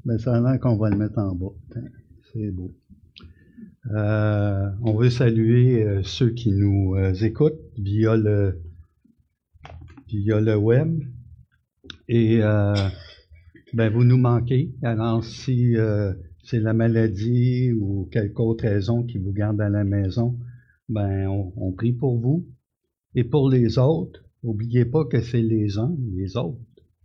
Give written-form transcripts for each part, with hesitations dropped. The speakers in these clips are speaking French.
Ben, ça a l'air qu'on va le mettre en bas. C'est beau. On veut saluer ceux qui nous écoutent via le web. Et ben, vous nous manquez. Alors, si c'est la maladie ou quelque autre raison qui vous garde à la maison, ben, on prie pour vous. Et pour les autres, n'oubliez pas que c'est les uns, les autres.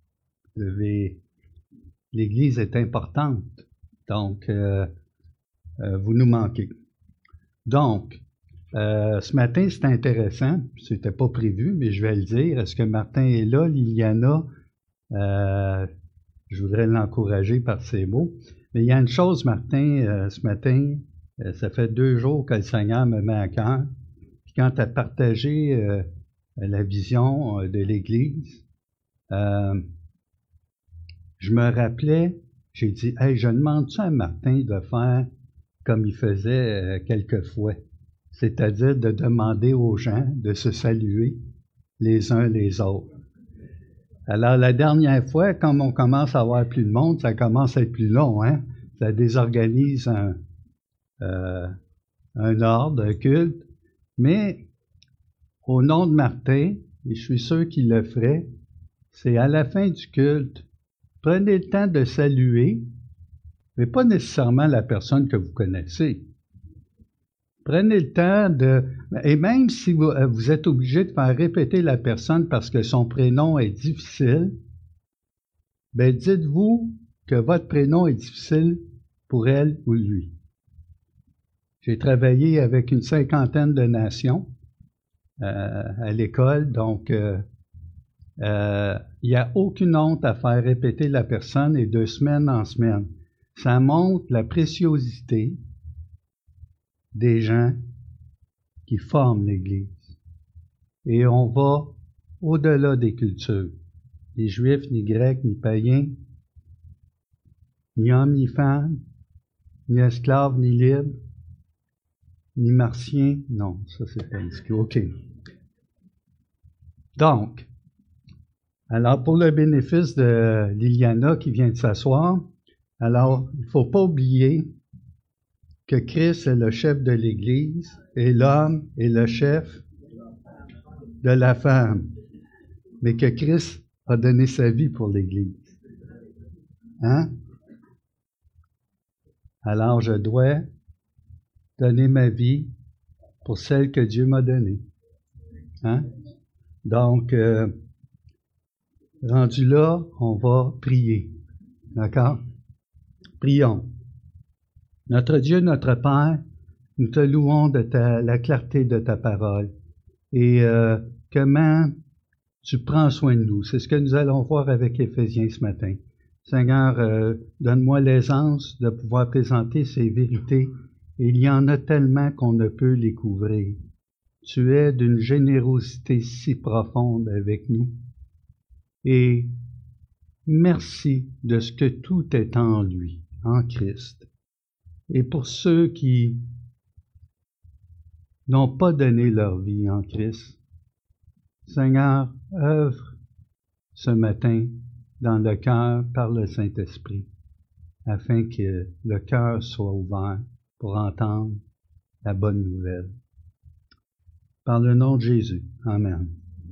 L'Église est importante. Donc, vous nous manquez. Donc, ce matin, c'est intéressant. C'était pas prévu, mais je vais le dire. Est-ce que Martin est là? Liliana, je voudrais l'encourager par ces mots. Mais il y a une chose, Martin, ce matin, ça fait 2 jours que le Seigneur me met à cœur. Puis quand tu as partagé la vision de l'Église, je me rappelais, j'ai dit, « Hey, je demande-tu à Martin de faire comme il faisait quelquefois, c'est-à-dire de demander aux gens de se saluer les uns les autres. » Alors, la dernière fois, comme on commence à avoir plus de monde, ça commence à être plus long, hein? Ça désorganise un ordre, un culte. Mais, au nom de Martin, et je suis sûr qu'il le ferait, c'est à la fin du culte, prenez le temps de saluer, mais pas nécessairement la personne que vous connaissez. Prenez le temps et même si vous êtes obligé de faire répéter la personne parce que son prénom est difficile, ben dites-vous que votre prénom est difficile pour elle ou lui. J'ai travaillé avec une 50aine de nations à l'école, donc il n'y a aucune honte à faire répéter la personne et de semaine en semaine. Ça montre la préciosité des gens qui forment l'Église. Et on va au-delà des cultures. Ni juifs, ni grecs, ni païens, ni hommes, ni femmes, ni esclaves, ni libres, ni martiens. Non, ça c'est pas indiqué. OK. Donc, alors pour le bénéfice de Liliana qui vient de s'asseoir, alors il ne faut pas oublier que Christ est le chef de l'Église et l'homme est le chef de la femme, mais que Christ a donné sa vie pour l'Église. Hein? Alors je dois donner ma vie pour celle que Dieu m'a donnée. Hein? Donc, rendu là, on va prier. D'accord? Prions. Notre Dieu, notre Père, nous te louons de la clarté de ta parole et comment tu prends soin de nous. C'est ce que nous allons voir avec Éphésiens ce matin. Seigneur, donne-moi l'aisance de pouvoir présenter ces vérités. Et il y en a tellement qu'on ne peut les couvrir. Tu es d'une générosité si profonde avec nous. Et merci de ce que tout est en lui, en Christ. Et pour ceux qui n'ont pas donné leur vie en Christ, Seigneur, œuvre ce matin dans le cœur par le Saint-Esprit, afin que le cœur soit ouvert pour entendre la bonne nouvelle. Par le nom de Jésus. Amen.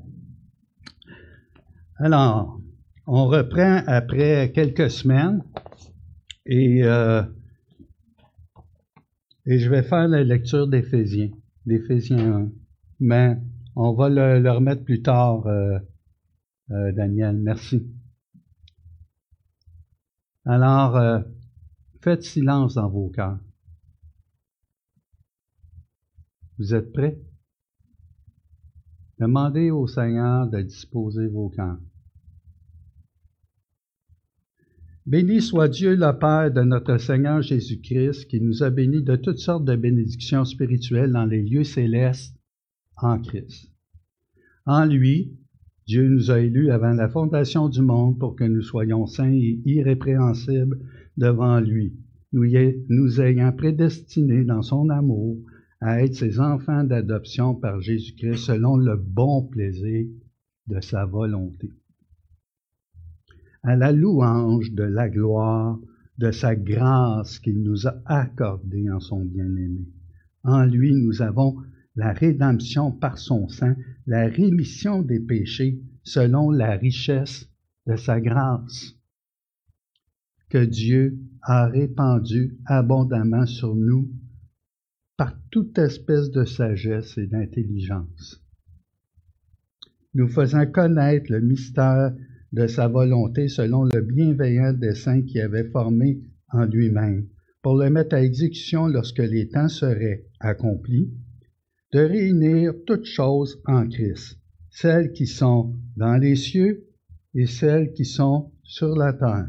Alors, on reprend après quelques semaines et je vais faire la lecture d'Éphésiens 1. Mais on va le remettre plus tard, Daniel. Merci. Alors, faites silence dans vos cœurs. Vous êtes prêts? Demandez au Seigneur de disposer vos cœurs. Béni soit Dieu le Père de notre Seigneur Jésus-Christ, qui nous a bénis de toutes sortes de bénédictions spirituelles dans les lieux célestes en Christ. En lui, Dieu nous a élus avant la fondation du monde pour que nous soyons saints et irrépréhensibles devant lui, nous ayant prédestinés dans son amour à être ses enfants d'adoption par Jésus-Christ selon le bon plaisir de sa volonté. À la louange de la gloire de sa grâce qu'il nous a accordée en son bien-aimé. En lui, nous avons la rédemption par son sang, la rémission des péchés selon la richesse de sa grâce que Dieu a répandue abondamment sur nous par toute espèce de sagesse et d'intelligence, nous faisant connaître le mystère de sa volonté selon le bienveillant dessein qu'il avait formé en lui-même, pour le mettre à exécution lorsque les temps seraient accomplis, de réunir toutes choses en Christ, celles qui sont dans les cieux et celles qui sont sur la terre.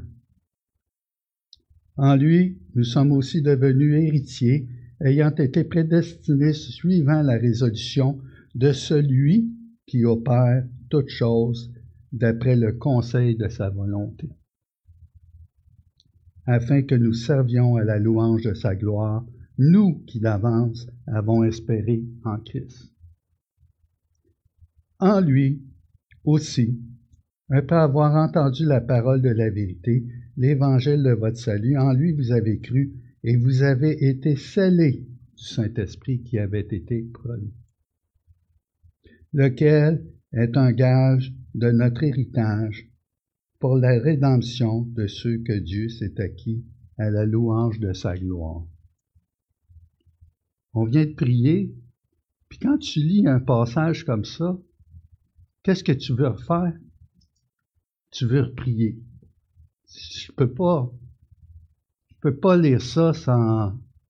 En lui, nous sommes aussi devenus héritiers, ayant été prédestinés suivant la résolution de celui qui opère toutes choses d'après le conseil de sa volonté, afin que nous servions à la louange de sa gloire, nous qui d'avance avons espéré en Christ. En lui aussi, après avoir entendu la parole de la vérité, l'évangile de votre salut, en lui vous avez cru et vous avez été scellés du Saint-Esprit qui avait été promis, lequel est un gage de notre héritage pour la rédemption de ceux que Dieu s'est acquis à la louange de sa gloire. On vient de prier, puis quand tu lis un passage comme ça, qu'est-ce que tu veux refaire? Tu veux reprier. Je peux pas lire ça sans...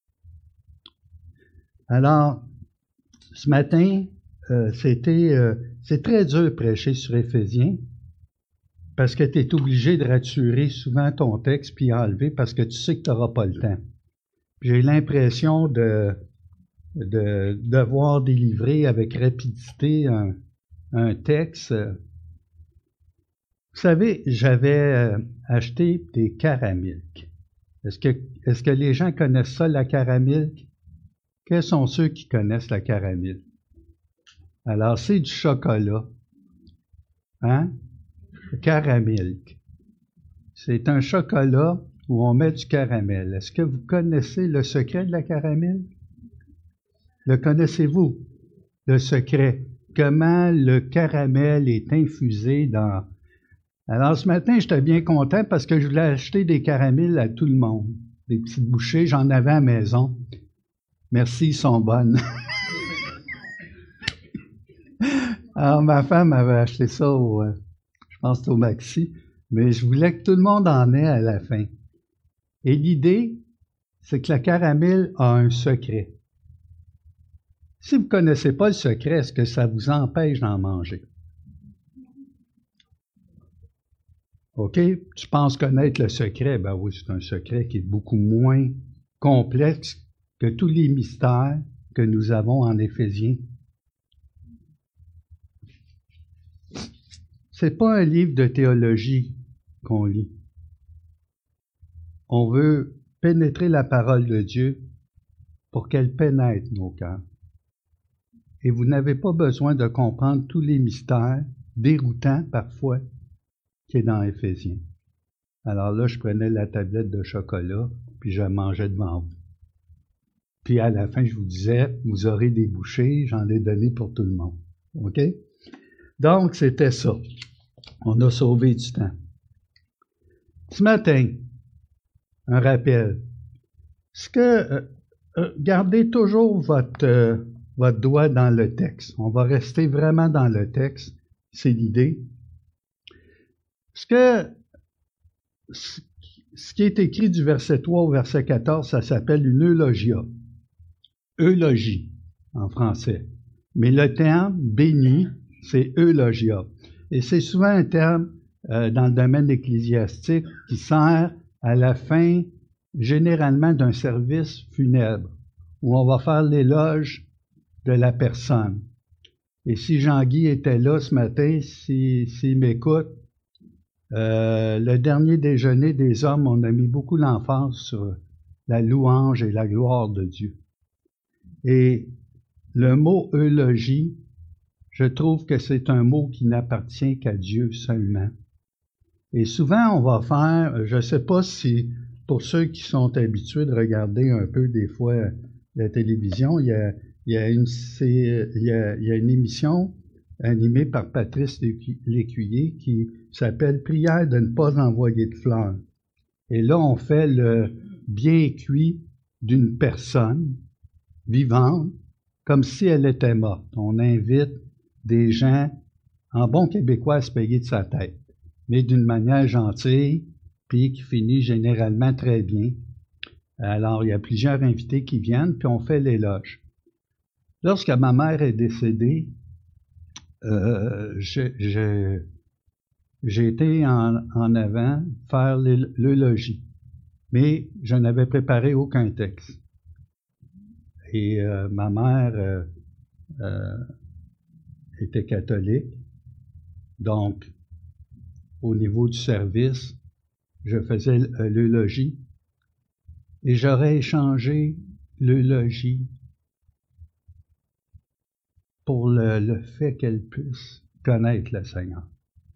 Alors, ce matin, c'est très dur de prêcher sur Éphésiens parce que tu es obligé de raturer souvent ton texte puis enlever parce que tu sais que tu n'auras pas le temps. J'ai l'impression de devoir délivrer avec rapidité un texte. Vous savez, j'avais acheté des Caramilk. Est-ce que les gens connaissent ça, la Caramilk? Quels sont ceux qui connaissent la Caramilk? Alors, c'est du chocolat. Hein? Caramilk. C'est un chocolat où on met du caramel. Est-ce que vous connaissez le secret de la Caramilk? Le connaissez-vous? Le secret. Comment le caramel est infusé dans... Alors, ce matin, j'étais bien content parce que je voulais acheter des caramels à tout le monde. Des petites bouchées, j'en avais à la maison. Merci, ils sont bonnes. Alors, ma femme avait acheté ça je pense au Maxi, mais je voulais que tout le monde en ait à la fin. Et l'idée, c'est que la caramel a un secret. Si vous ne connaissez pas le secret, est-ce que ça vous empêche d'en manger? OK? Tu penses connaître le secret? Ben oui, c'est un secret qui est beaucoup moins complexe que tous les mystères que nous avons en Éphésiens. C'est pas un livre de théologie qu'on lit. On veut pénétrer la parole de Dieu pour qu'elle pénètre nos cœurs. Et vous n'avez pas besoin de comprendre tous les mystères, déroutants parfois, qui est dans Éphésiens. Alors là, je prenais la tablette de chocolat, puis je mangeais devant vous. Puis à la fin, je vous disais, vous aurez des bouchées, j'en ai donné pour tout le monde. OK? Donc, c'était ça. On a sauvé du temps. Ce matin, un rappel. Gardez toujours votre doigt dans le texte. On va rester vraiment dans le texte. C'est l'idée. Ce qui est écrit du verset 3 au verset 14, ça s'appelle une eulogia. Eulogie, en français. Mais le terme béni, c'est eulogia. Et c'est souvent un terme dans le domaine ecclésiastique qui sert à la fin, généralement, d'un service funèbre, où on va faire l'éloge de la personne. Et si Jean-Guy était là ce matin, s'il m'écoute, le dernier déjeuner des hommes, on a mis beaucoup l'emphase sur la louange et la gloire de Dieu. Et le mot eulogie, je trouve que c'est un mot qui n'appartient qu'à Dieu seulement. Et souvent, on va faire, je ne sais pas si pour ceux qui sont habitués de regarder un peu des fois la télévision, il y a une émission animée par Patrice Lécuyer qui s'appelle « Prière de ne pas envoyer de fleurs ». Et là, on fait le bien cuit d'une personne vivante comme si elle était morte. On invite des gens, en bon québécois, à se payer de sa tête, mais d'une manière gentille, puis qui finit généralement très bien. Alors, il y a plusieurs invités qui viennent, puis on fait l'éloge. Lorsque ma mère est décédée, j'ai été en avant faire l'eulogie, mais je n'avais préparé aucun texte. Et ma mère était catholique, donc au niveau du service, je faisais l'eulogie et j'aurais échangé l'eulogie pour le fait qu'elle puisse connaître le Seigneur.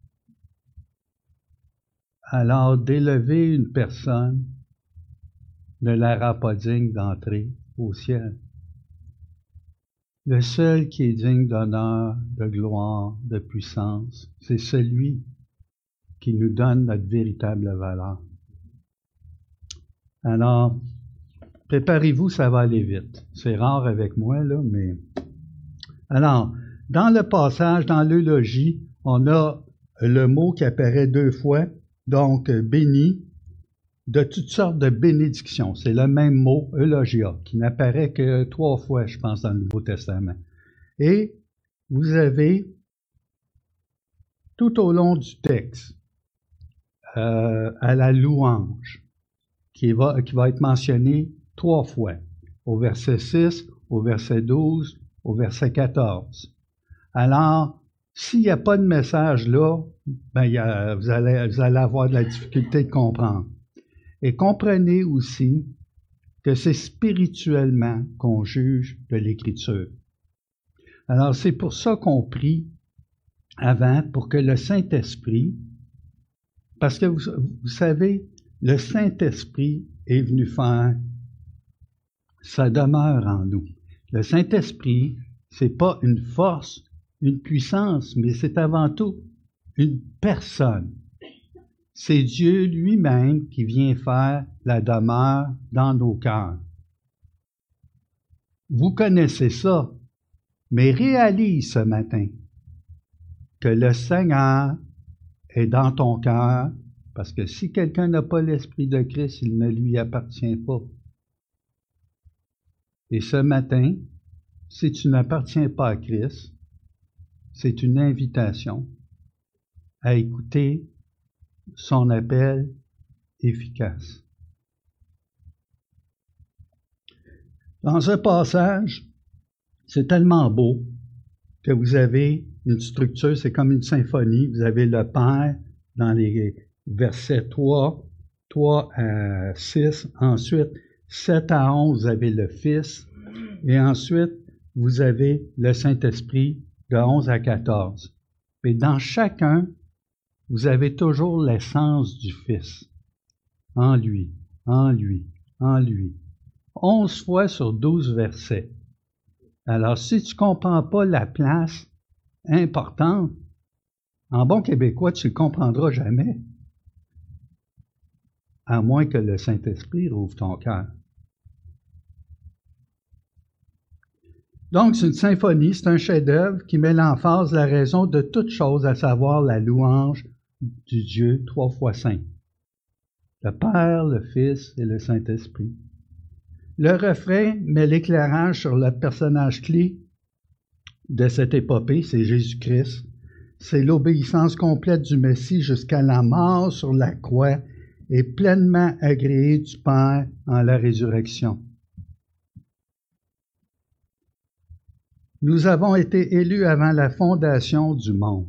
Alors, d'élever une personne ne la rend pas digne d'entrer au ciel. Le seul qui est digne d'honneur, de gloire, de puissance, c'est celui qui nous donne notre véritable valeur. Alors, préparez-vous, ça va aller vite. C'est rare avec moi, là, mais... Alors, dans le passage, dans l'eulogie, on a le mot qui apparaît 2 fois, donc béni, de toutes sortes de bénédictions. C'est le même mot, eulogia, qui n'apparaît que 3 fois, je pense, dans le Nouveau Testament. Et vous avez, tout au long du texte, à la louange, qui va être mentionné 3 fois, au verset 6, au verset 12, au verset 14. Alors, s'il n'y a pas de message là, ben vous allez avoir de la difficulté de comprendre. Et comprenez aussi que c'est spirituellement qu'on juge de l'Écriture. Alors, c'est pour ça qu'on prie avant, pour que le Saint-Esprit, parce que vous savez, le Saint-Esprit est venu faire sa demeure en nous. Le Saint-Esprit, c'est pas une force, une puissance, mais c'est avant tout une personne. C'est Dieu lui-même qui vient faire la demeure dans nos cœurs. Vous connaissez ça, mais réalise ce matin que le Seigneur est dans ton cœur, parce que si quelqu'un n'a pas l'Esprit de Christ, il ne lui appartient pas. Et ce matin, si tu n'appartiens pas à Christ, c'est une invitation à écouter son appel efficace. Dans ce passage, c'est tellement beau que vous avez une structure, c'est comme une symphonie. Vous avez le Père dans les versets 3 à 6. Ensuite, 7 à 11, vous avez le Fils. Et ensuite, vous avez le Saint-Esprit de 11 à 14. Mais dans chacun, vous avez toujours l'essence du Fils. En lui, en lui, en lui. 11 fois sur 12 versets. Alors, si tu ne comprends pas la place importante, en bon québécois, tu ne le comprendras jamais. À moins que le Saint-Esprit rouvre ton cœur. Donc, c'est une symphonie, c'est un chef-d'œuvre qui met l'emphase, la raison de toute chose, à savoir la louange du Dieu 3 fois saint. Le Père, le Fils et le Saint-Esprit. Le refrain met l'éclairage sur le personnage clé de cette épopée, c'est Jésus-Christ. C'est l'obéissance complète du Messie jusqu'à la mort sur la croix et pleinement agréé du Père en la résurrection. Nous avons été élus avant la fondation du monde.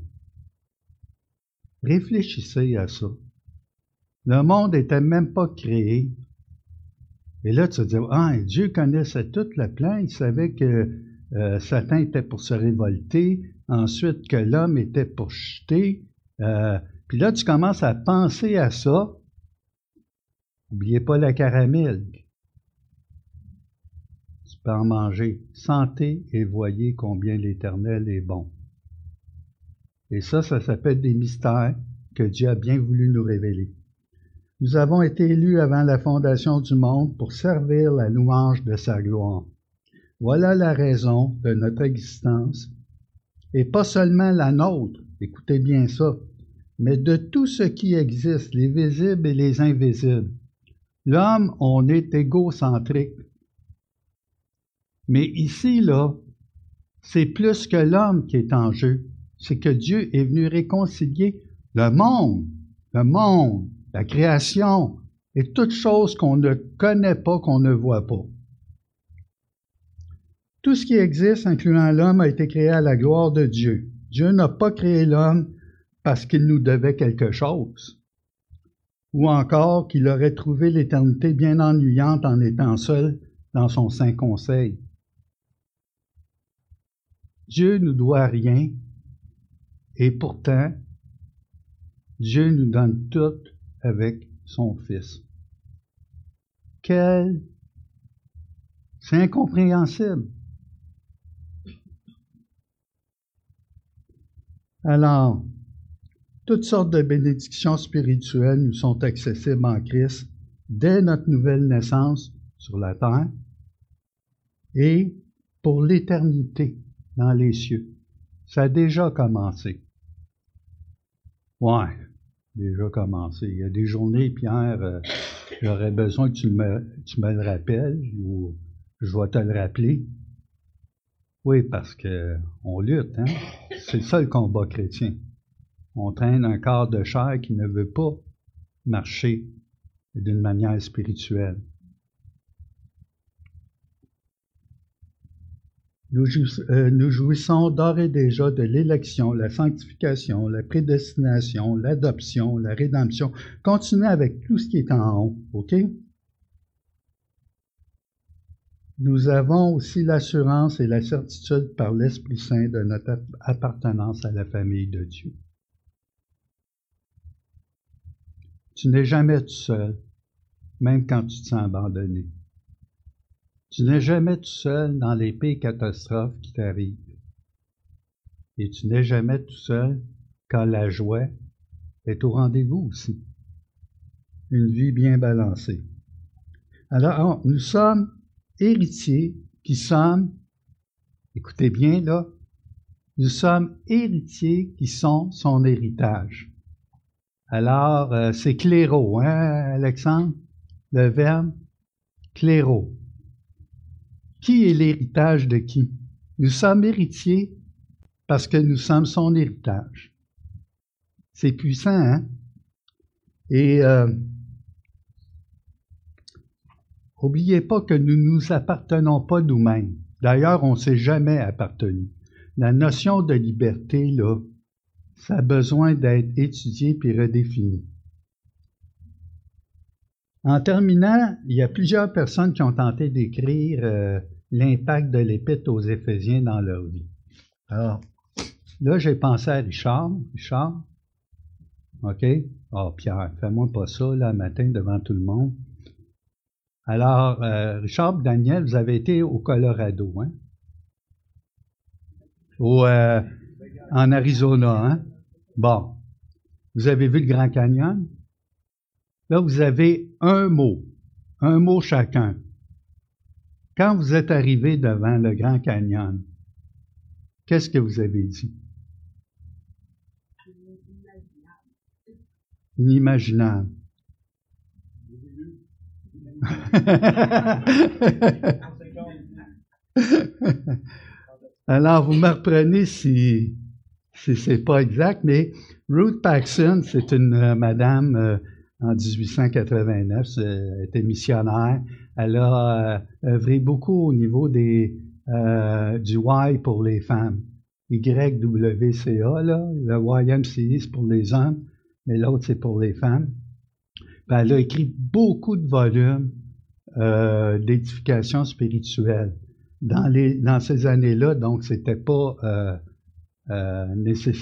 Réfléchissez à ça. Le monde n'était même pas créé. Et là, tu te dis, Dieu connaissait tout le plan. Il savait que Satan était pour se révolter. Ensuite, que l'homme était pour chuter. Puis là, tu commences à penser à ça. N'oubliez pas la caramel. Tu peux en manger. Sentez et voyez combien l'Éternel est bon. Et ça s'appelle des mystères que Dieu a bien voulu nous révéler. Nous avons été élus avant la fondation du monde pour servir la louange de sa gloire. Voilà la raison de notre existence, et pas seulement la nôtre, écoutez bien ça, mais de tout ce qui existe, les visibles et les invisibles. L'homme, on est égocentrique. Mais ici, là, c'est plus que l'homme qui est en jeu. C'est que Dieu est venu réconcilier le monde, la création et toutes choses qu'on ne connaît pas, qu'on ne voit pas. Tout ce qui existe, incluant l'homme, a été créé à la gloire de Dieu. Dieu n'a pas créé l'homme parce qu'il nous devait quelque chose, ou encore qu'il aurait trouvé l'éternité bien ennuyante en étant seul dans son saint conseil. Dieu ne nous doit rien, et pourtant, Dieu nous donne tout avec son Fils. C'est incompréhensible. Alors, toutes sortes de bénédictions spirituelles nous sont accessibles en Christ dès notre nouvelle naissance sur la terre et pour l'éternité dans les cieux. Ça a déjà commencé. Ouais, déjà commencé. Il y a des journées, Pierre, j'aurais besoin que tu me le rappelles ou je vais te le rappeler. Oui, parce que on lutte, hein? C'est ça le combat chrétien. On traîne un corps de chair qui ne veut pas marcher d'une manière spirituelle. Nous jouissons d'ores et déjà de l'élection, la sanctification, la prédestination, l'adoption, la rédemption. Continuez avec tout ce qui est en haut, OK? Nous avons aussi l'assurance et la certitude par l'Esprit Saint de notre appartenance à la famille de Dieu. Tu n'es jamais tout seul, même quand tu te sens abandonné. Tu n'es jamais tout seul dans les pires catastrophes qui t'arrivent. Et tu n'es jamais tout seul quand la joie est au rendez-vous aussi. Une vie bien balancée. Alors, nous sommes héritiers qui sommes, écoutez bien là, nous sommes héritiers qui sont son héritage. Alors, c'est cléro, hein, Alexandre? Le verbe cléro. Qui est l'héritage de qui? Nous sommes héritiers parce que nous sommes son héritage. C'est puissant, hein? Et n'oubliez pas que nous ne nous appartenons pas nous-mêmes. D'ailleurs, on ne s'est jamais appartenu. La notion de liberté, là, ça a besoin d'être étudié puis redéfini. En terminant, il y a plusieurs personnes qui ont tenté d'écrire l'impact de l'Épître aux Éphésiens dans leur vie. Alors, là, j'ai pensé à Richard. Richard, OK? Oh, Pierre, fais-moi pas ça, là, matin, devant tout le monde. Alors, Richard et Daniel, vous avez été au Colorado, hein? En Arizona, hein? Bon. Vous avez vu le Grand Canyon? Là, vous avez un mot chacun. Quand vous êtes arrivé devant le Grand Canyon, qu'est-ce que vous avez dit? Inimaginable. Alors, vous me reprenez si c'est pas exact, mais Ruth Paxson, c'est une madame en 1889, elle était missionnaire. Elle a œuvré beaucoup au niveau du Y pour les femmes. YWCA, là, le YMCA, c'est pour les hommes, mais l'autre, c'est pour les femmes. Puis elle a écrit beaucoup de volumes d'édification spirituelle. Dans ces années-là, donc, c'était pas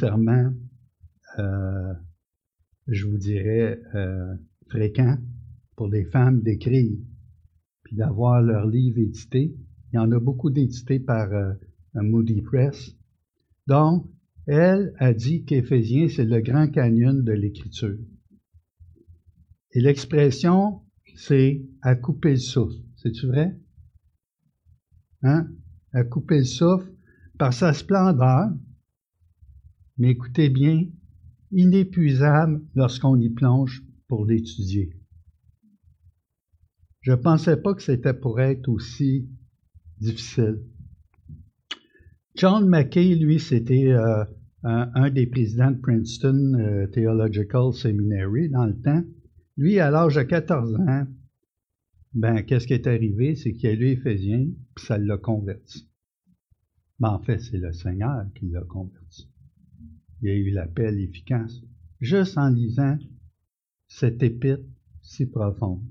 nécessairement, je vous dirais, fréquent pour les femmes d'écrire, puis d'avoir leurs livres édités. Il y en a beaucoup d'édités par Moody Press. Donc, elle a dit qu'Éphésiens, c'est le grand canyon de l'Écriture. Et l'expression, c'est « à couper le souffle ». C'est-tu vrai? Hein? À couper le souffle par sa splendeur, mais écoutez bien, inépuisable lorsqu'on y plonge pour l'étudier. Je ne pensais pas que c'était pour être aussi difficile. John Mackay, lui, c'était un des présidents de Princeton Theological Seminary dans le temps. Lui, à l'âge de 14 ans, qu'est-ce qui est arrivé? C'est qu'il a lu Éphésiens, puis ça l'a converti. Mais en fait, c'est le Seigneur qui l'a converti. Il a eu l'appel efficace, juste en lisant cette épître si profonde.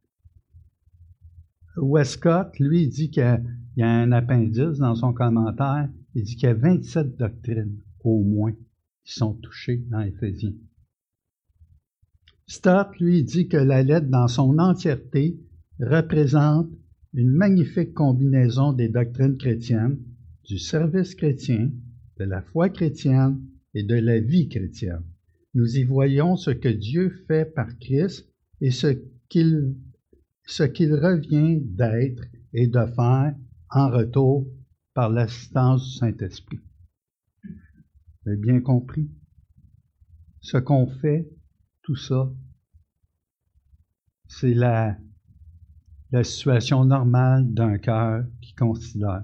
Westcott, lui, il dit qu'il y a un appendice dans son commentaire, il dit qu'il y a 27 doctrines, au moins, qui sont touchées dans Éphésiens. Stott, lui, dit que la lettre dans son entièreté représente une magnifique combinaison des doctrines chrétiennes, du service chrétien, de la foi chrétienne et de la vie chrétienne. Nous y voyons ce que Dieu fait par Christ et ce qu'il revient d'être et de faire en retour par l'assistance du Saint-Esprit. Vous avez bien compris? Ce qu'on fait, tout ça, c'est la situation normale d'un cœur qui considère.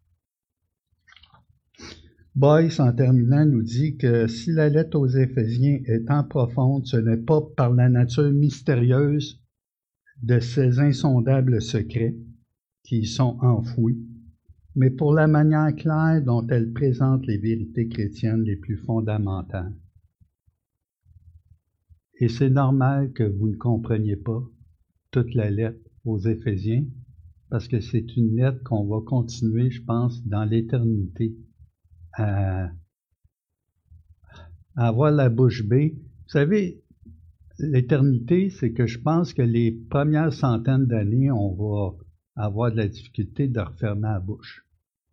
Boyce, en terminant, nous dit que si la lettre aux Éphésiens est tant profonde, ce n'est pas par la nature mystérieuse de ces insondables secrets qui y sont enfouis, mais pour la manière claire dont elle présente les vérités chrétiennes les plus fondamentales. Et c'est normal que vous ne compreniez pas toute la lettre aux Éphésiens, parce que c'est une lettre qu'on va continuer, je pense, dans l'éternité, à avoir la bouche bée. Vous savez, l'éternité, c'est que je pense que les premières centaines d'années, on va avoir de la difficulté de refermer la bouche.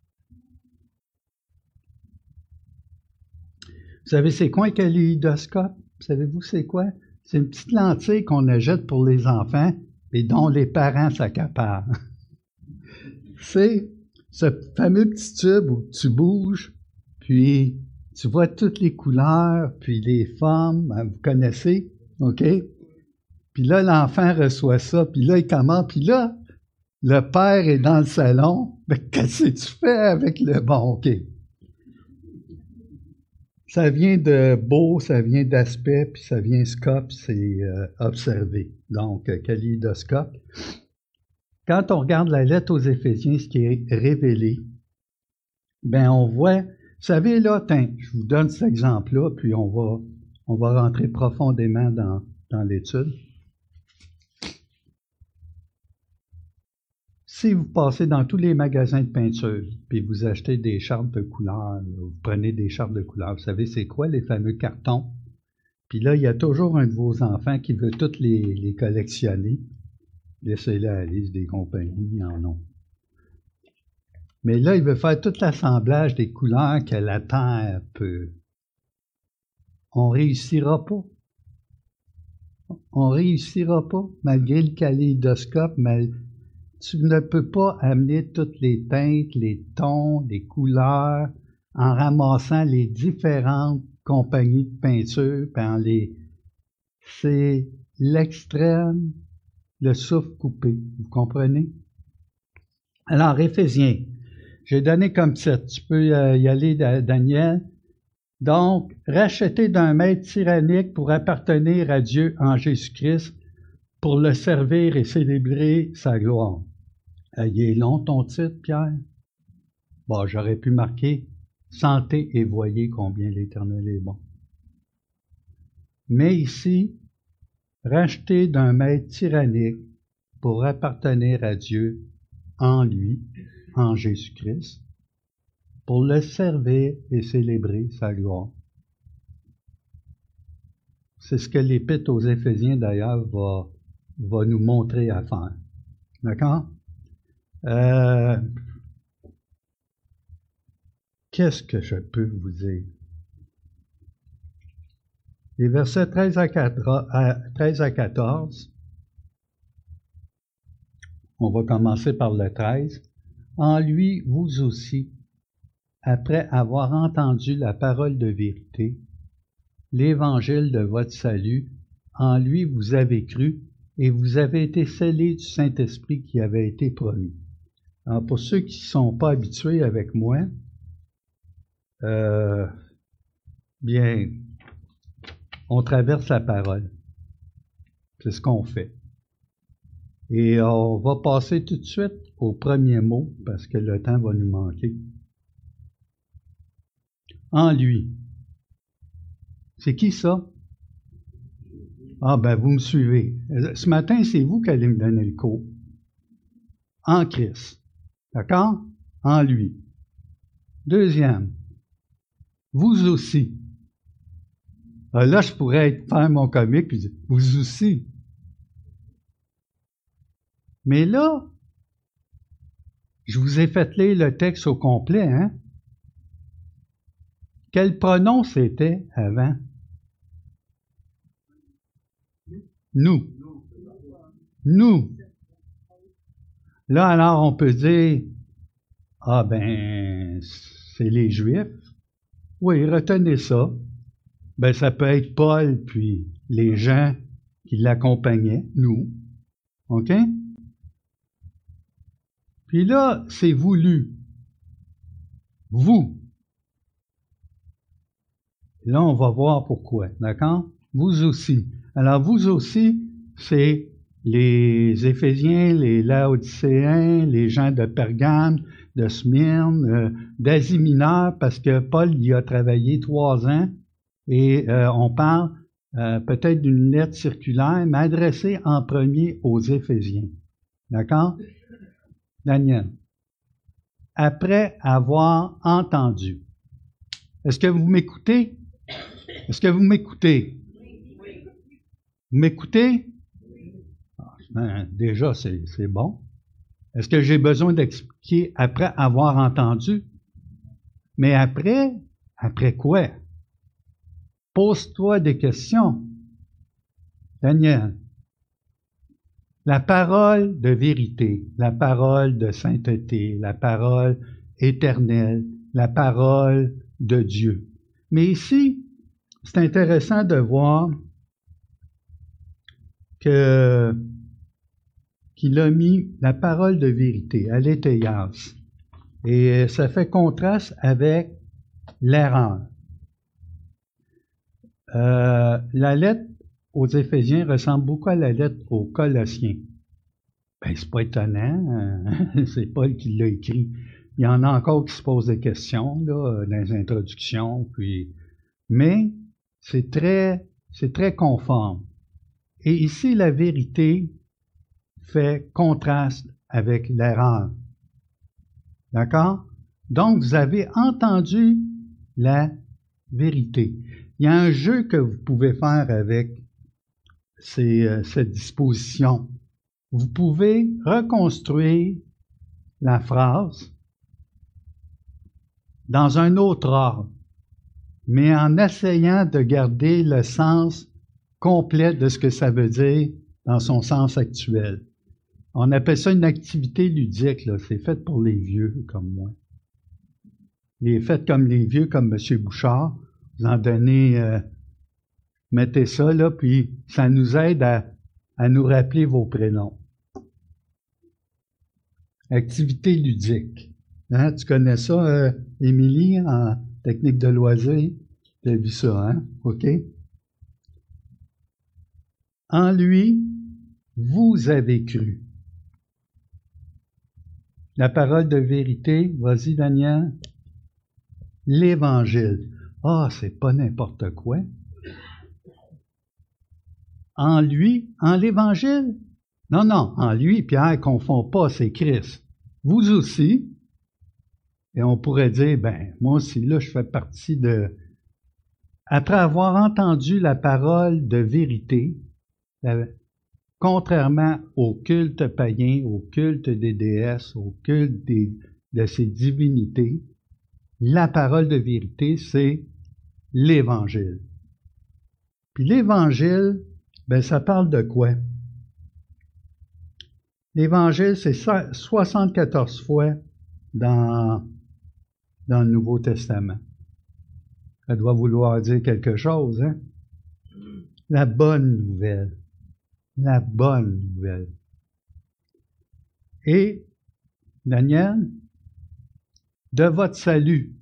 Vous savez, c'est quoi un kaléidoscope? Savez-vous c'est quoi? C'est une petite lentille qu'on achète pour les enfants et dont les parents s'accaparent. C'est ce fameux petit tube où tu bouges, puis tu vois toutes les couleurs, puis les formes, vous connaissez, OK? Puis là, l'enfant reçoit ça, puis là, il commence, puis là, le père est dans le salon. Qu'est-ce que tu fais avec le bon, OK? Ça vient de beau, ça vient d'aspect, puis ça vient scope, c'est observer. Donc, kaléidoscope. Quand on regarde la lettre aux Éphésiens, ce qui est révélé, on voit, vous savez, là, je vous donne cet exemple-là, puis on va rentrer profondément dans l'étude. Si vous passez dans tous les magasins de peinture, puis vous achetez des chartes de couleurs, vous prenez des chartes de couleurs, vous savez c'est quoi les fameux cartons? Puis là, il y a toujours un de vos enfants qui veut toutes les collectionner. Laissez-les à la liste des compagnies, ils en ont. Mais là, il veut faire tout l'assemblage des couleurs que la Terre peut. On réussira pas. On réussira pas, malgré le kaléidoscope, mais tu ne peux pas amener toutes les teintes, les tons, les couleurs, en ramassant les différentes compagnies de peinture, c'est l'extrême, le souffle coupé. Vous comprenez? Alors, Éphésiens, j'ai donné comme titre. Tu peux y aller, Daniel. Donc, racheté d'un maître tyrannique pour appartenir à Dieu en Jésus-Christ, pour le servir et célébrer sa gloire. Il est long ton titre, Pierre? Bon, j'aurais pu marquer « Sentez et voyez combien l'Éternel est bon ». Mais ici, racheté d'un maître tyrannique pour appartenir à Dieu en lui, en Jésus-Christ, pour le servir et célébrer sa gloire. C'est ce que l'Épître aux Éphésiens, d'ailleurs, va nous montrer à faire. D'accord? Qu'est-ce que je peux vous dire? Les versets 13 à 14, on va commencer par le 13. En lui, vous aussi, après avoir entendu la parole de vérité, l'évangile de votre salut, en lui vous avez cru et vous avez été scellés du Saint-Esprit qui avait été promis. Alors, pour ceux qui ne sont pas habitués avec moi, bien, on traverse la parole. C'est ce qu'on fait. Et on va passer tout de suite au premier mot, parce que le temps va nous manquer. En lui. C'est qui ça? Ah ben, vous me suivez. Ce matin, c'est vous qui allez me donner le cours. En Christ. D'accord? En lui. Deuxième. Vous aussi. Alors là, je pourrais faire mon comique et dire, vous aussi. Mais là, je vous ai fait lire le texte au complet, hein? Quel pronom c'était avant? Nous. Nous. Là, alors, on peut dire, ah ben, c'est les Juifs. Oui, retenez ça. Ben, ça peut être Paul, puis les gens qui l'accompagnaient, nous. OK? Puis là, c'est voulu. Vous. Là, on va voir pourquoi. D'accord? Vous aussi. Alors, vous aussi, c'est les Éphésiens, les Laodicéens, les gens de Pergame, de Smyrne, d'Asie mineure, parce que Paul y a travaillé 3 ans, et on parle peut-être d'une lettre circulaire, mais adressée en premier aux Éphésiens. D'accord? Daniel. Après avoir entendu. Est-ce que vous m'écoutez? Est-ce que vous m'écoutez? Vous m'écoutez? Ben, déjà, c'est bon. Est-ce que j'ai besoin d'expliquer après avoir entendu? Mais après quoi? Pose-toi des questions. Daniel, la parole de vérité, la parole de sainteté, la parole éternelle, la parole de Dieu. Mais ici, c'est intéressant de voir qu'il a mis la parole de vérité, aléthéias. Et ça fait contraste avec l'erreur. La lettre aux Éphésiens ressemble beaucoup à la lettre aux Colossiens. Ben, c'est pas étonnant, c'est Paul qui l'a écrit. Il y en a encore qui se posent des questions là, dans les introductions, mais c'est très conforme. Et ici, la vérité fait contraste avec l'erreur. D'accord? Donc, vous avez entendu la vérité. Il y a un jeu que vous pouvez faire avec cette disposition. Vous pouvez reconstruire la phrase dans un autre ordre, mais en essayant de garder le sens complet de ce que ça veut dire dans son sens actuel. On appelle ça une activité ludique, là. C'est fait pour les vieux comme moi. Faites comme les vieux, comme M. Bouchard. Vous en donnez, mettez ça, là, puis ça nous aide à nous rappeler vos prénoms. Activité ludique. Hein, tu connais ça, Émilie, en technique de loisir? Tu as vu ça, hein? OK? En lui, vous avez cru. La parole de vérité, vas-y, Daniel. L'Évangile. Ah, c'est pas n'importe quoi. En lui, en l'Évangile? Non, en lui, Pierre, confond pas, c'est Christ. Vous aussi. Et on pourrait dire, ben, moi aussi, là, je fais partie de... Après avoir entendu la parole de vérité, contrairement au culte païen, au culte des déesses, au culte de ces divinités, la parole de vérité, c'est l'Évangile. Puis l'Évangile, ben ça parle de quoi? L'Évangile, c'est 74 fois dans le Nouveau Testament. Ça doit vouloir dire quelque chose, hein? La bonne nouvelle. La bonne nouvelle. Et, Daniel, de votre salut.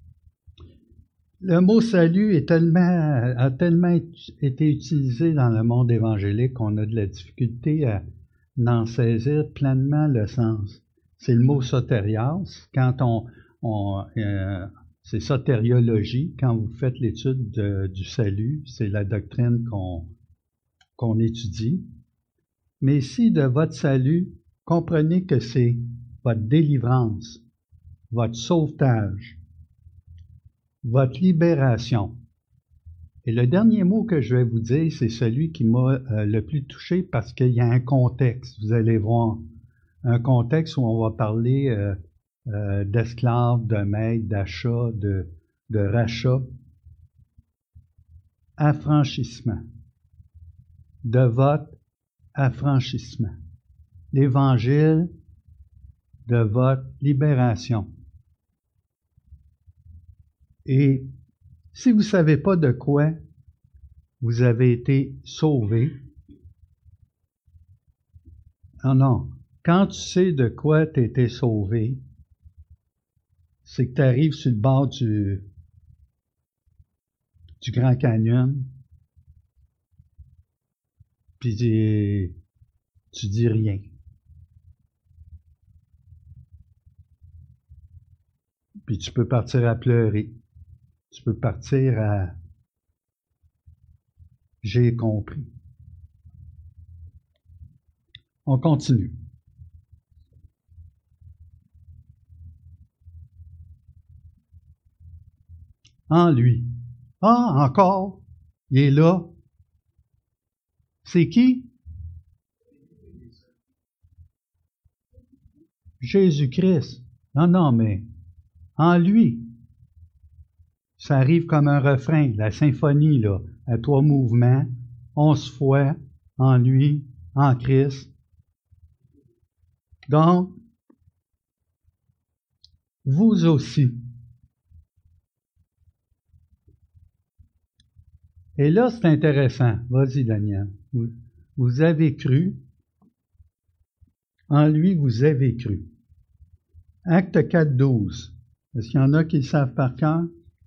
Le mot salut a tellement été utilisé dans le monde évangélique qu'on a de la difficulté à en saisir pleinement le sens. C'est le mot sotérias. Quand c'est sotériologie, quand vous faites l'étude du salut, c'est la doctrine qu'on étudie. Mais ici, de votre salut, comprenez que c'est votre délivrance, votre sauvetage, votre libération. Et le dernier mot que je vais vous dire, c'est celui qui m'a le plus touché parce qu'il y a un contexte, vous allez voir, un contexte où on va parler d'esclaves, de maîtres, d'achat, de rachat. Affranchissement. De votre affranchissement. L'Évangile de votre libération. Et si vous ne savez pas de quoi vous avez été sauvé, non, quand tu sais de quoi tu as été sauvé, c'est que tu arrives sur le bord du Grand Canyon, puis tu dis rien. Puis tu peux partir à pleurer. Tu peux partir à « j'ai compris ». On continue. En lui. Ah, encore, il est là. C'est qui? Jésus-Christ. Non, mais en lui. Ça arrive comme un refrain, la symphonie, là, à 3 mouvements, 11 fois, en lui, en Christ. Donc, vous aussi. Et là, c'est intéressant. Vas-y, Daniel. Vous avez cru. En lui, vous avez cru. Acte 4.12. Est-ce qu'il y en a qui le savent par cœur?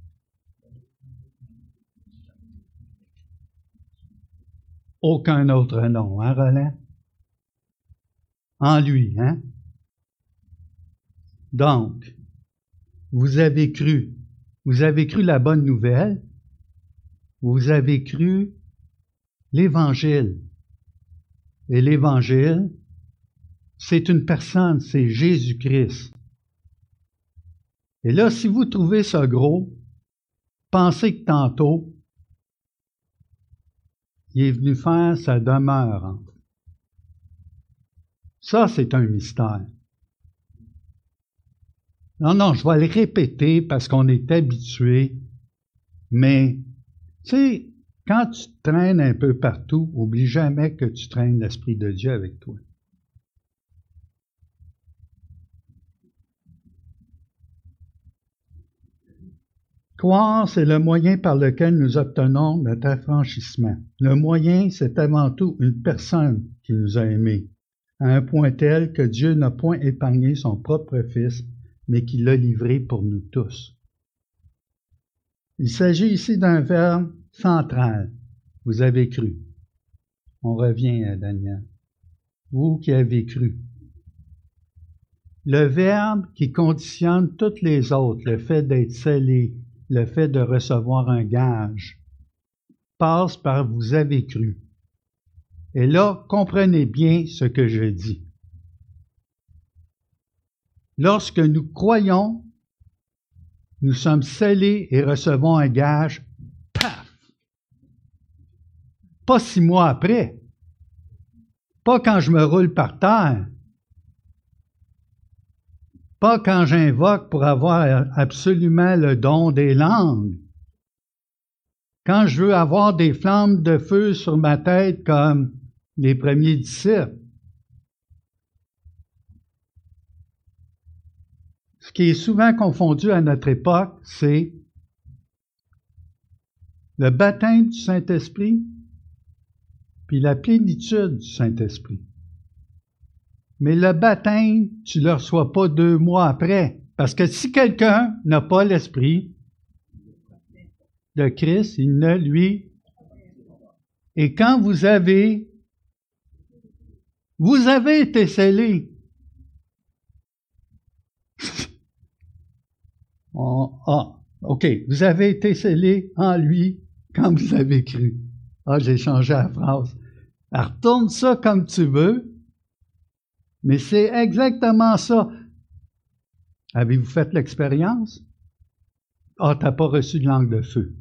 Aucun autre nom, hein, Roland? En lui, hein? Donc, vous avez cru. Vous avez cru la bonne nouvelle. Vous avez cru l'Évangile. Et l'Évangile, c'est une personne, c'est Jésus-Christ. Et là, si vous trouvez ça gros, pensez que tantôt, il est venu faire sa demeure. Ça, c'est un mystère. Non, je vais le répéter parce qu'on est habitué, mais tu sais, quand tu te traînes un peu partout, oublie jamais que tu traînes l'Esprit de Dieu avec toi. Croire, c'est le moyen par lequel nous obtenons notre affranchissement. Le moyen, c'est avant tout une personne qui nous a aimés, à un point tel que Dieu n'a point épargné son propre Fils, mais qui l'a livré pour nous tous. Il s'agit ici d'un verbe central. Vous avez cru. On revient à Daniel. Vous qui avez cru. Le verbe qui conditionne toutes les autres, le fait d'être scellé, le fait de recevoir un gage, passe par vous avez cru. Et là, comprenez bien ce que je dis. Lorsque nous croyons, nous sommes scellés et recevons un gage, paf! Pas 6 mois après. Pas quand je me roule par terre. Pas quand j'invoque pour avoir absolument le don des langues. Quand je veux avoir des flammes de feu sur ma tête comme les premiers disciples. Ce qui est souvent confondu à notre époque, c'est le baptême du Saint-Esprit puis la plénitude du Saint-Esprit. Mais le baptême, tu ne le reçois pas 2 mois après. Parce que si quelqu'un n'a pas l'Esprit de Christ, il ne lui... Et quand vous avez été scellés. OK, vous avez été scellés en lui quand vous avez cru. J'ai changé la phrase. Alors, retourne ça comme tu veux, mais c'est exactement ça. Avez-vous fait l'expérience? T'as pas reçu de langue de feu.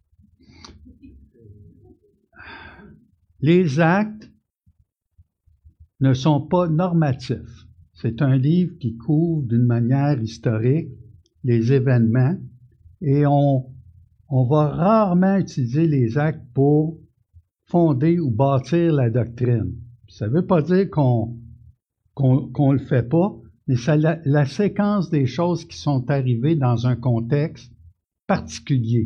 Les actes ne sont pas normatifs. C'est un livre qui couvre d'une manière historique les événements et on va rarement utiliser les actes pour fonder ou bâtir la doctrine. Ça ne veut pas dire qu'on le fait pas, mais c'est la séquence des choses qui sont arrivées dans un contexte particulier.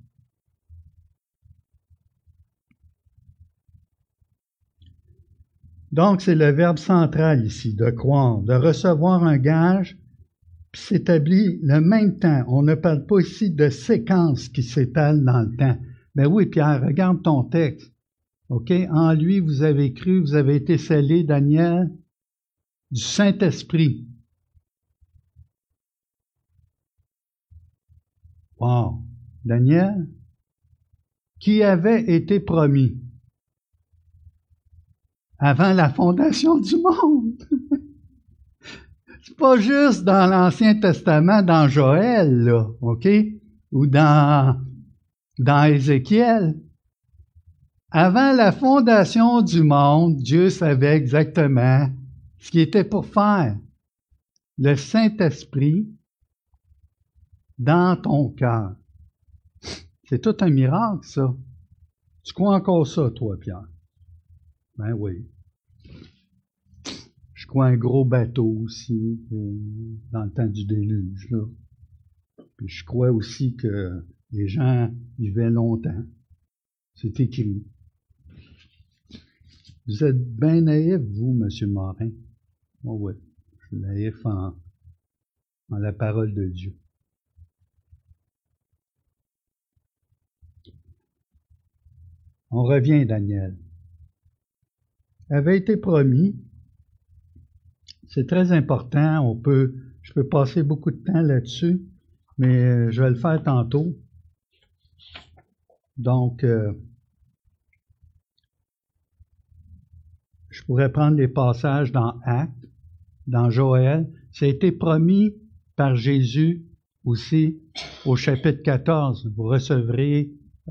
Donc, c'est le verbe central ici, de croire, de recevoir un gage, puis s'établit le même temps. On ne parle pas ici de séquence qui s'étale dans le temps. Ben oui, Pierre, regarde ton texte. OK? En lui, vous avez cru, vous avez été scellés, Daniel, du Saint-Esprit. Wow! Daniel, qui avait été promis avant la fondation du monde. C'est pas juste dans l'Ancien Testament, dans Joël, là, OK? Ou dans Ézéchiel. Avant la fondation du monde, Dieu savait exactement ce qu'il était pour faire. Le Saint-Esprit dans ton cœur. C'est tout un miracle, ça. Tu crois encore ça, toi, Pierre? Ben oui. Je crois un gros bateau aussi, dans le temps du déluge, là. Puis je crois aussi que les gens vivaient longtemps. C'est écrit. Vous êtes bien naïf, vous, M. Morin. Oh oui, je suis naïf en la parole de Dieu. On revient, Daniel. Avait été promis, c'est très important, je peux passer beaucoup de temps là-dessus, mais je vais le faire tantôt. Donc, je pourrais prendre les passages dans Actes, dans Joël. Ça a été promis par Jésus aussi au chapitre 14. Vous recevrez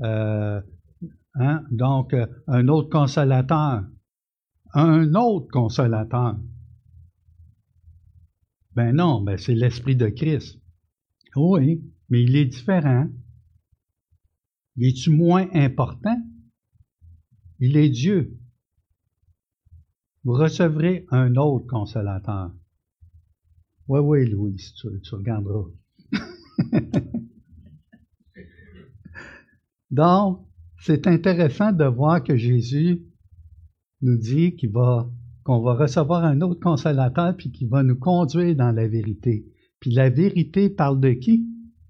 donc un autre consolateur. Un autre consolateur. Ben non, ben c'est l'Esprit de Christ. Oui, mais il est différent. Il est-tu moins important? Il est Dieu. Vous recevrez un autre consolateur. Oui, Louis, tu regarderas. Donc, c'est intéressant de voir que Jésus nous dit qu'on va recevoir un autre consolateur puis qui va nous conduire dans la vérité. Puis la vérité parle de qui?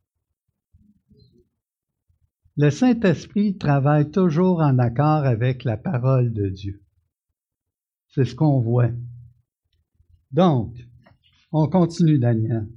Le Saint-Esprit travaille toujours en accord avec la parole de Dieu. C'est ce qu'on voit. Donc, on continue, Daniel.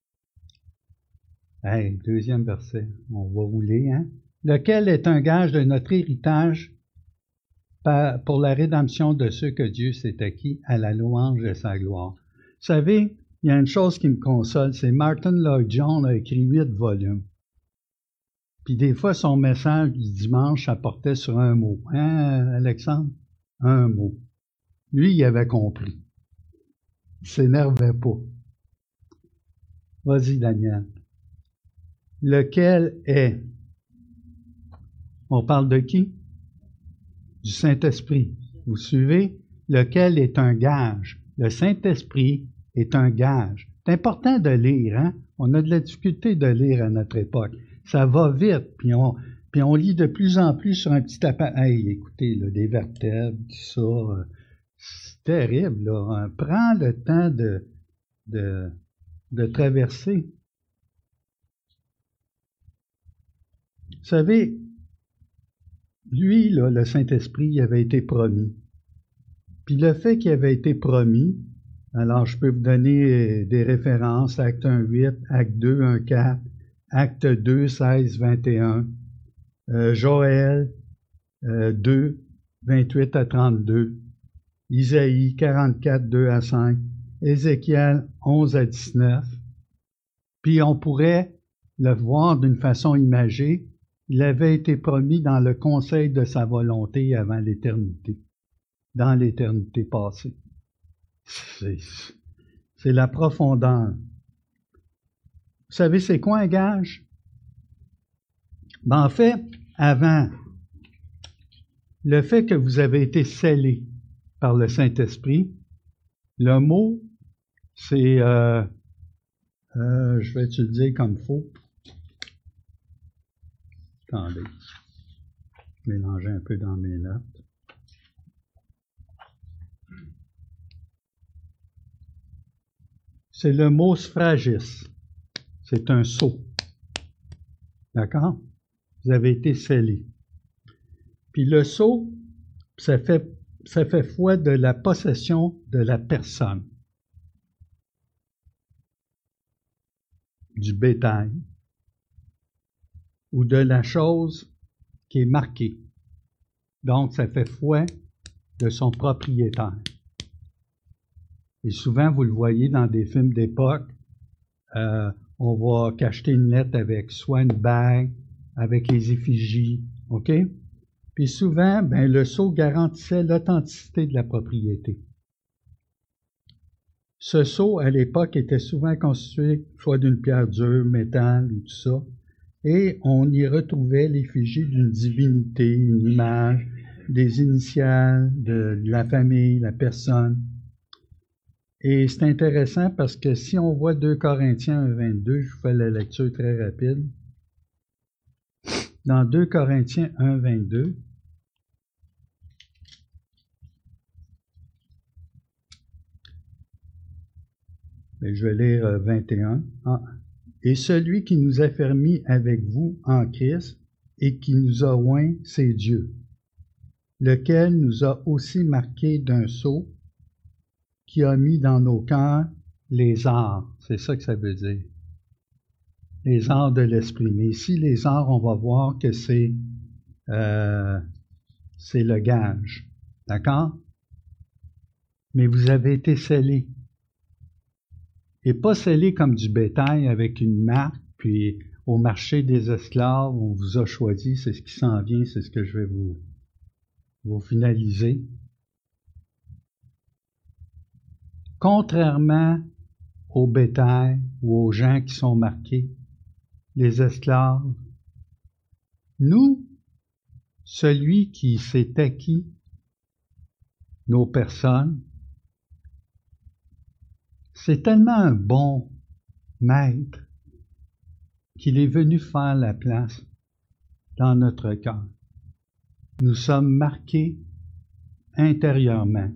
Hey, 2e verset. On va rouler, hein? Lequel est un gage de notre héritage pour la rédemption de ceux que Dieu s'est acquis à la louange de sa gloire. Vous savez, il y a une chose qui me console, c'est Martin Lloyd-Jones a écrit 8 volumes. Puis des fois, son message du dimanche, ça portait sur un mot. Hein, Alexandre? Un mot. Lui, il avait compris. Il s'énervait pas. Vas-y, Daniel. Lequel est? On parle de qui? Du Saint-Esprit. Vous suivez? Lequel est un gage. Le Saint-Esprit est un gage. C'est important de lire, hein? On a de la difficulté de lire à notre époque. Ça va vite, puis on lit de plus en plus sur un petit appareil. Écoutez, là, des vertèbres, tout ça, c'est terrible, là. Prends le temps de traverser. Vous savez, lui, là, le Saint-Esprit, il avait été promis. Puis le fait qu'il avait été promis, alors je peux vous donner des références, Acte 1, 8, Acte 2, 1, 4, Acte 2, 16, 21, Joël 2, 28 à 32, Isaïe 44, 2 à 5, Ézéchiel 11 à 19. Puis on pourrait le voir d'une façon imagée, il avait été promis dans le conseil de sa volonté avant l'éternité, dans l'éternité passée. C'est la profondeur. Vous savez, c'est quoi un gage? Ben, en fait, avant, le fait que vous avez été scellé par le Saint-Esprit, le mot, c'est, je vais te le dire comme il faut. Attendez, mélanger un peu dans mes notes. C'est le mot sphragisme. C'est un sceau. D'accord? Vous avez été scellé. Puis le sceau, ça fait foi de la possession de la personne, du bétail, ou de la chose qui est marquée. Donc, ça fait foi de son propriétaire. Et souvent, vous le voyez dans des films d'époque, on va cacheter une lettre avec soit une bague, avec les effigies, OK? Puis souvent, ben, le sceau garantissait l'authenticité de la propriété. Ce sceau, à l'époque, était souvent constitué soit d'une pierre dure, métal ou tout ça, et on y retrouvait l'effigie d'une divinité, une image, des initiales de la famille, la personne. Et c'est intéressant parce que si on voit 2 Corinthiens 1, 22, je vous fais la lecture très rapide. Dans 2 Corinthiens 1, 22, je vais lire 21. Et celui qui nous a fermis avec vous en Christ et qui nous a oints, c'est Dieu, lequel nous a aussi marqués d'un sceau, qui a mis dans nos cœurs les arts. C'est ça que ça veut dire. Les arts de l'esprit. Mais ici, les arts, on va voir que c'est le gage. D'accord? Mais vous avez été scellés. Et pas scellés comme du bétail avec une marque, puis au marché des esclaves, on vous a choisi, c'est ce qui s'en vient, c'est ce que je vais vous finaliser. Contrairement au bétail ou aux gens qui sont marqués, les esclaves, nous, celui qui s'est acquis, nos personnes, c'est tellement un bon maître qu'il est venu faire la place dans notre cœur. Nous sommes marqués intérieurement.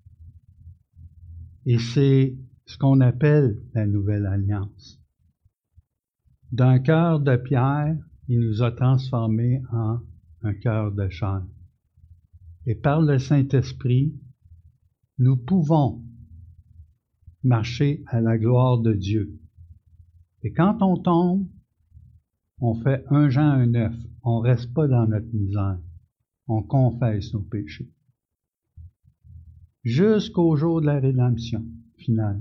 Et c'est ce qu'on appelle la nouvelle alliance. D'un cœur de pierre, il nous a transformés en un cœur de chair. Et par le Saint-Esprit, nous pouvons marcher à la gloire de Dieu. Et quand on tombe, on fait 1 Jean 1,9. On ne reste pas dans notre misère. On confesse nos péchés. Jusqu'au jour de la rédemption finale.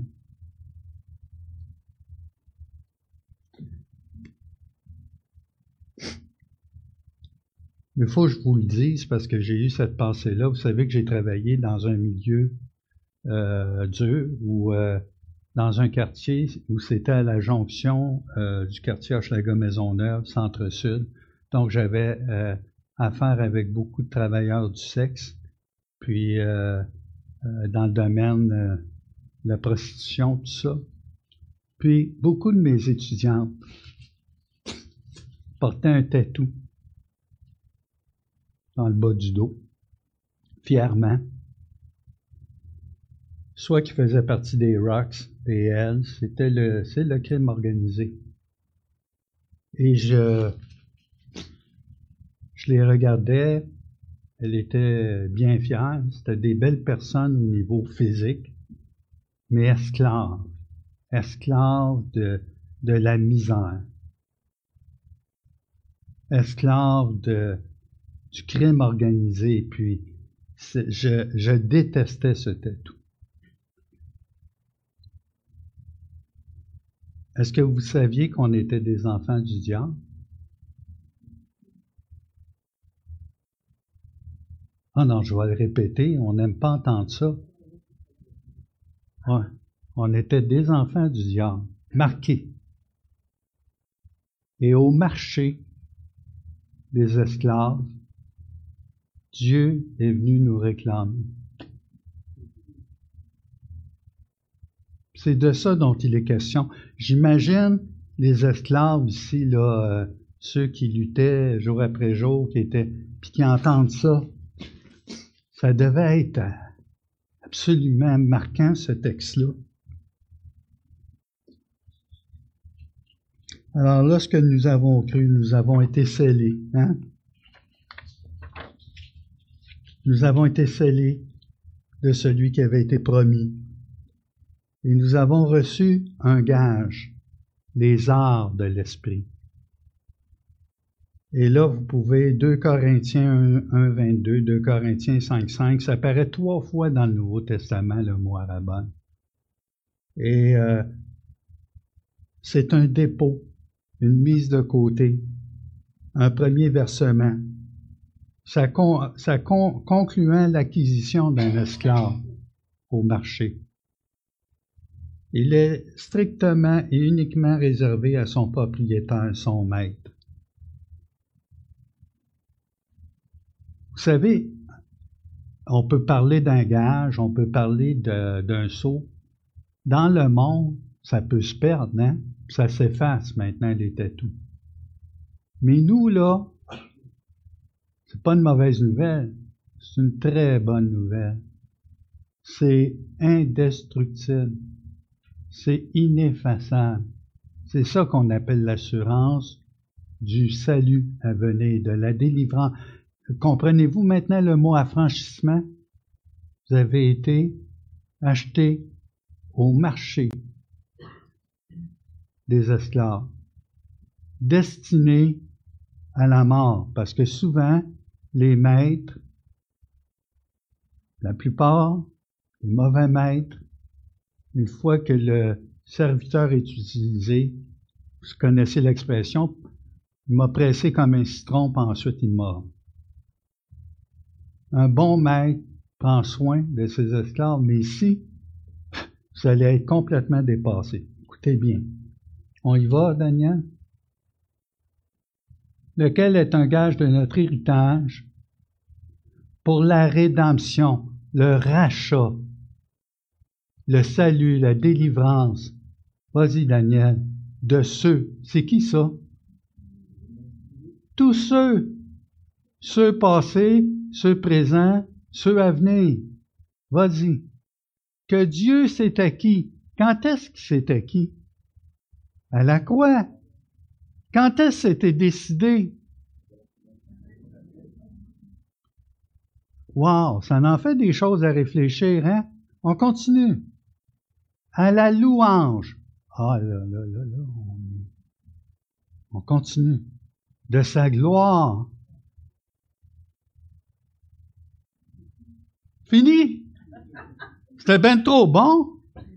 Il faut que je vous le dise parce que j'ai eu cette pensée-là. Vous savez que j'ai travaillé dans un milieu dur, ou dans un quartier où c'était à la jonction du quartier Hochelaga-Maisonneuve, centre-sud. Donc, j'avais affaire avec beaucoup de travailleurs du sexe, puis dans le domaine de la prostitution, tout ça. Puis, beaucoup de mes étudiantes portaient un tatou dans le bas du dos, fièrement. Soit qui faisaient partie des Rocks, des Hells, c'est le crime organisé. Et je les regardais, elles étaient bien fières, c'était des belles personnes au niveau physique, mais esclaves de la misère, esclaves du crime organisé, puis je détestais ce tatou. Est-ce que vous saviez qu'on était des enfants du diable? Ah non, je vais le répéter, on n'aime pas entendre ça. Ouais, on était des enfants du diable, marqués. Et au marché des esclaves, Dieu est venu nous réclamer. C'est de ça dont il est question. J'imagine les esclaves ici, là, ceux qui luttaient jour après jour, puis qui entendent ça. Ça devait être absolument marquant, ce texte-là. Alors, lorsque nous avons cru, nous avons été scellés. Hein? Nous avons été scellés de celui qui avait été promis. Et nous avons reçu un gage, les arts de l'esprit. Et là, vous pouvez, 2 Corinthiens 1, 22, 2 Corinthiens 5, 5, ça apparaît 3 fois dans le Nouveau Testament, le mot arabon. Et c'est un dépôt, une mise de côté, un premier versement, ça concluant l'acquisition d'un esclave au marché. Il est strictement et uniquement réservé à son propriétaire, son maître. Vous savez, on peut parler d'un gage, on peut parler d'un sceau. Dans le monde, ça peut se perdre, hein? Ça s'efface maintenant, les tatous. Mais nous, là, c'est pas une mauvaise nouvelle, c'est une très bonne nouvelle. C'est indestructible. C'est ineffaçable. C'est ça qu'on appelle l'assurance du salut à venir, de la délivrance. Comprenez-vous maintenant le mot affranchissement? Vous avez été acheté au marché des esclaves, destinés à la mort, parce que souvent, les maîtres, la plupart, les mauvais maîtres, une fois que le serviteur est utilisé, vous connaissez l'expression, il m'a pressé comme un citron, puis ensuite il mord. Un bon maître prend soin de ses esclaves, mais ici, vous allez être complètement dépassé. Écoutez bien. On y va, Daniel? Lequel est un gage de notre héritage pour la rédemption, le rachat, le salut, la délivrance. Vas-y, Daniel. De ceux. C'est qui ça? Tous ceux passés, ceux présents, ceux à venir. Vas-y. Que Dieu s'est acquis. Quand est-ce qu'il s'est acquis? À la croix. Quand est-ce que c'était décidé? Wow, ça en fait des choses à réfléchir, hein? On continue. À la louange. Ah là, on continue. De sa gloire. Fini? C'était bien trop bon.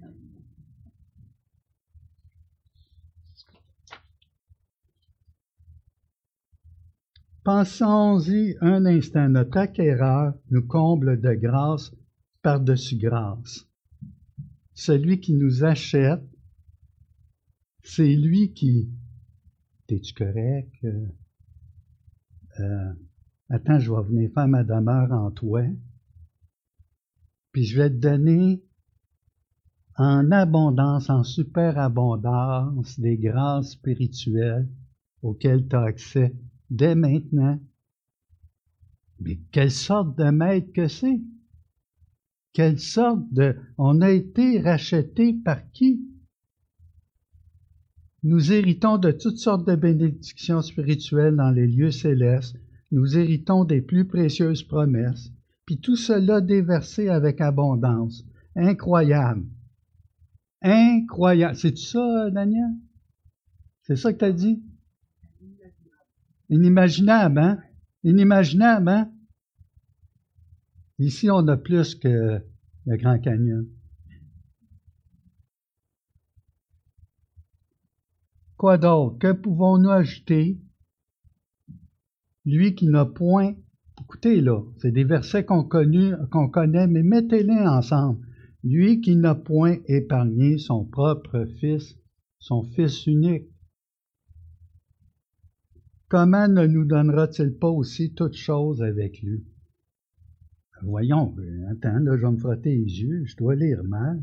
Pensons-y un instant. Notre acquéreur nous comble de grâce par-dessus grâce. celui qui nous achète, c'est lui qui... T'es-tu correct? Attends, je vais venir faire ma demeure en toi. Puis je vais te donner en abondance, en superabondance, des grâces spirituelles auxquelles tu as accès dès maintenant. Mais quelle sorte de maître que c'est? Quelle sorte de... On a été racheté par qui? Nous héritons de toutes sortes de bénédictions spirituelles dans les lieux célestes. Nous héritons des plus précieuses promesses. Puis tout cela déversé avec abondance. Incroyable. Incroyable. C'est-tu ça, Daniel? C'est ça que tu as dit? Inimaginable, hein? Inimaginable, hein? Ici, on a plus que le Grand Canyon. Quoi d'autre? Que pouvons-nous ajouter? Lui qui n'a point... Écoutez, là, c'est des versets qu'on connaît, mais mettez-les ensemble. Lui qui n'a point épargné son propre Fils, son Fils unique. Comment ne nous donnera-t-il pas aussi toutes choses avec lui? Voyons, attends, là, je vais me frotter les yeux, je dois lire mal.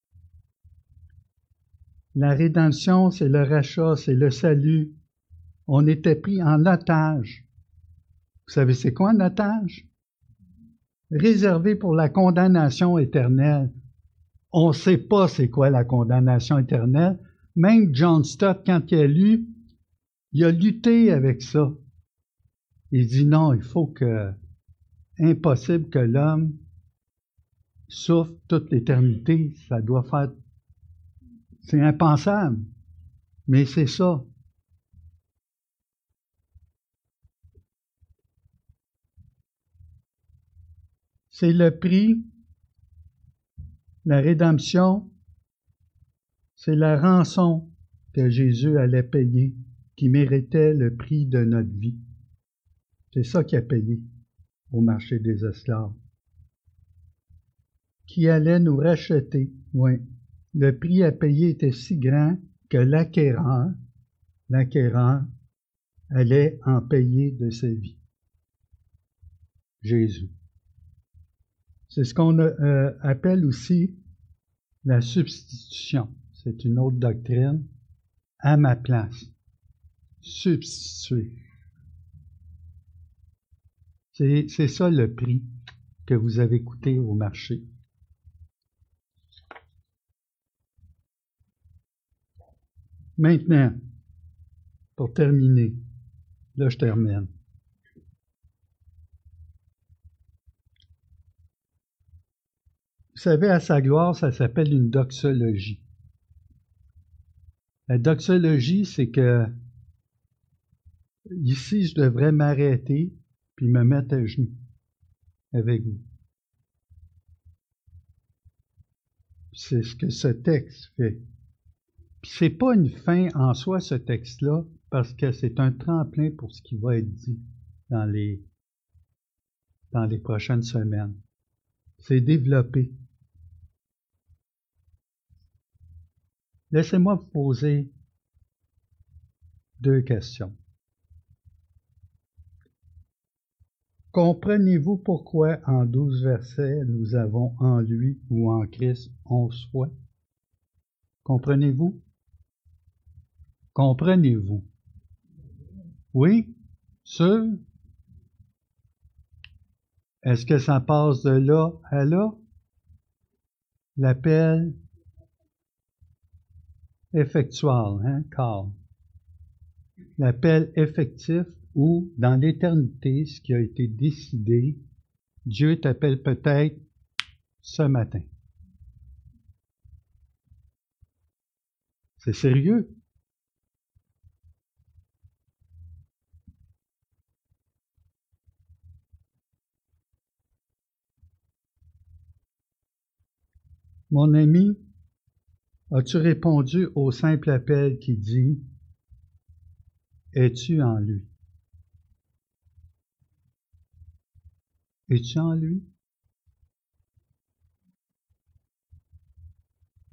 La rédemption, c'est le rachat, c'est le salut. On était pris en otage. Vous savez, c'est quoi un otage? Réservé pour la condamnation éternelle. On ne sait pas c'est quoi la condamnation éternelle. Même John Stott, quand il a lutté avec ça. Il dit non, il faut que... Impossible que l'homme souffre toute l'éternité. Ça doit faire... C'est impensable. Mais c'est ça. C'est le prix, la rédemption, c'est la rançon que Jésus allait payer, qui méritait le prix de notre vie. C'est ça qu'il a payé au marché des esclaves. Qui allait nous racheter. Oui. Le prix à payer était si grand que l'acquéreur allait en payer de sa vie. Jésus. C'est ce qu'on appelle aussi la substitution. C'est une autre doctrine. À ma place. Substituer. C'est ça le prix que vous avez coûté au marché. Maintenant, pour terminer, là je termine. Vous savez, à sa gloire, ça s'appelle une doxologie. La doxologie, c'est que ici, je devrais m'arrêter puis me mettre à genoux avec vous. C'est ce que ce texte fait. Puis c'est pas une fin en soi, ce texte-là, parce que c'est un tremplin pour ce qui va être dit dans les prochaines semaines. C'est développé. Laissez-moi vous poser 2 questions. Comprenez-vous pourquoi en 12 versets nous avons en lui ou en Christ 11 fois? Comprenez-vous? Comprenez-vous? Oui? Sûr? Est-ce que ça passe de là à là? L'appel effectual, hein, call. L'appel effectif ou dans l'éternité, ce qui a été décidé, Dieu t'appelle peut-être ce matin. C'est sérieux. Mon ami, as-tu répondu au simple appel qui dit « Es-tu en lui? » Es-tu en lui?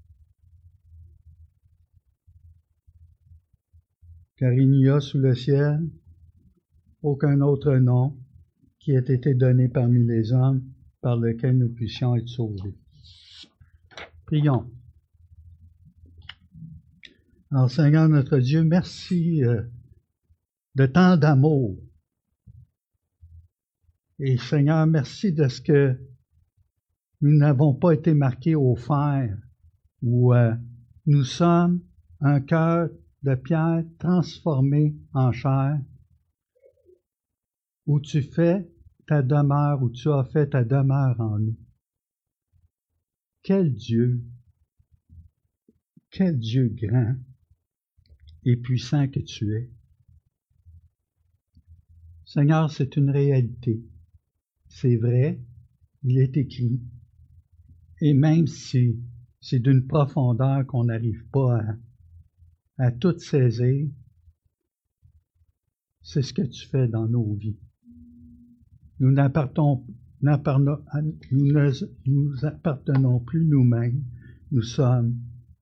car il n'y a sous le ciel aucun autre nom qui ait été donné parmi les hommes par lequel nous puissions être sauvés. Prions. Alors, Seigneur notre Dieu, merci de tant d'amour. Et Seigneur, merci de ce que nous n'avons pas été marqués au fer, où nous sommes un cœur de pierre transformé en chair, où tu fais ta demeure, où tu as fait ta demeure en nous. Quel Dieu grand et puissant que tu es. Seigneur, c'est une réalité. C'est vrai, il est écrit. Et même si c'est d'une profondeur qu'on n'arrive pas à tout saisir, c'est ce que tu fais dans nos vies. Nous n'appartenons plus nous-mêmes, nous sommes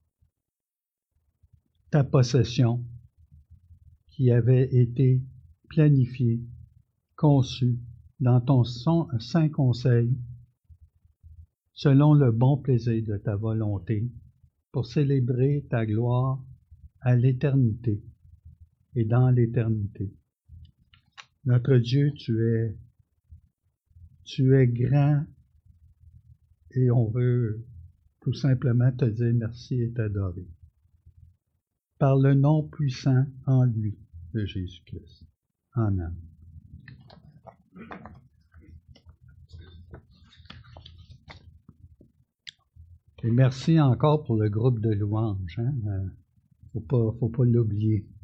ta possession qui avait été planifiée, conçue dans ton saint conseil, selon le bon plaisir de ta volonté, pour célébrer ta gloire à l'éternité et dans l'éternité. Notre Dieu, tu es grand et on veut tout simplement te dire merci et t'adorer. Par le nom puissant en lui de Jésus-Christ. Amen. Et merci encore pour le groupe de louanges. Faut pas l'oublier.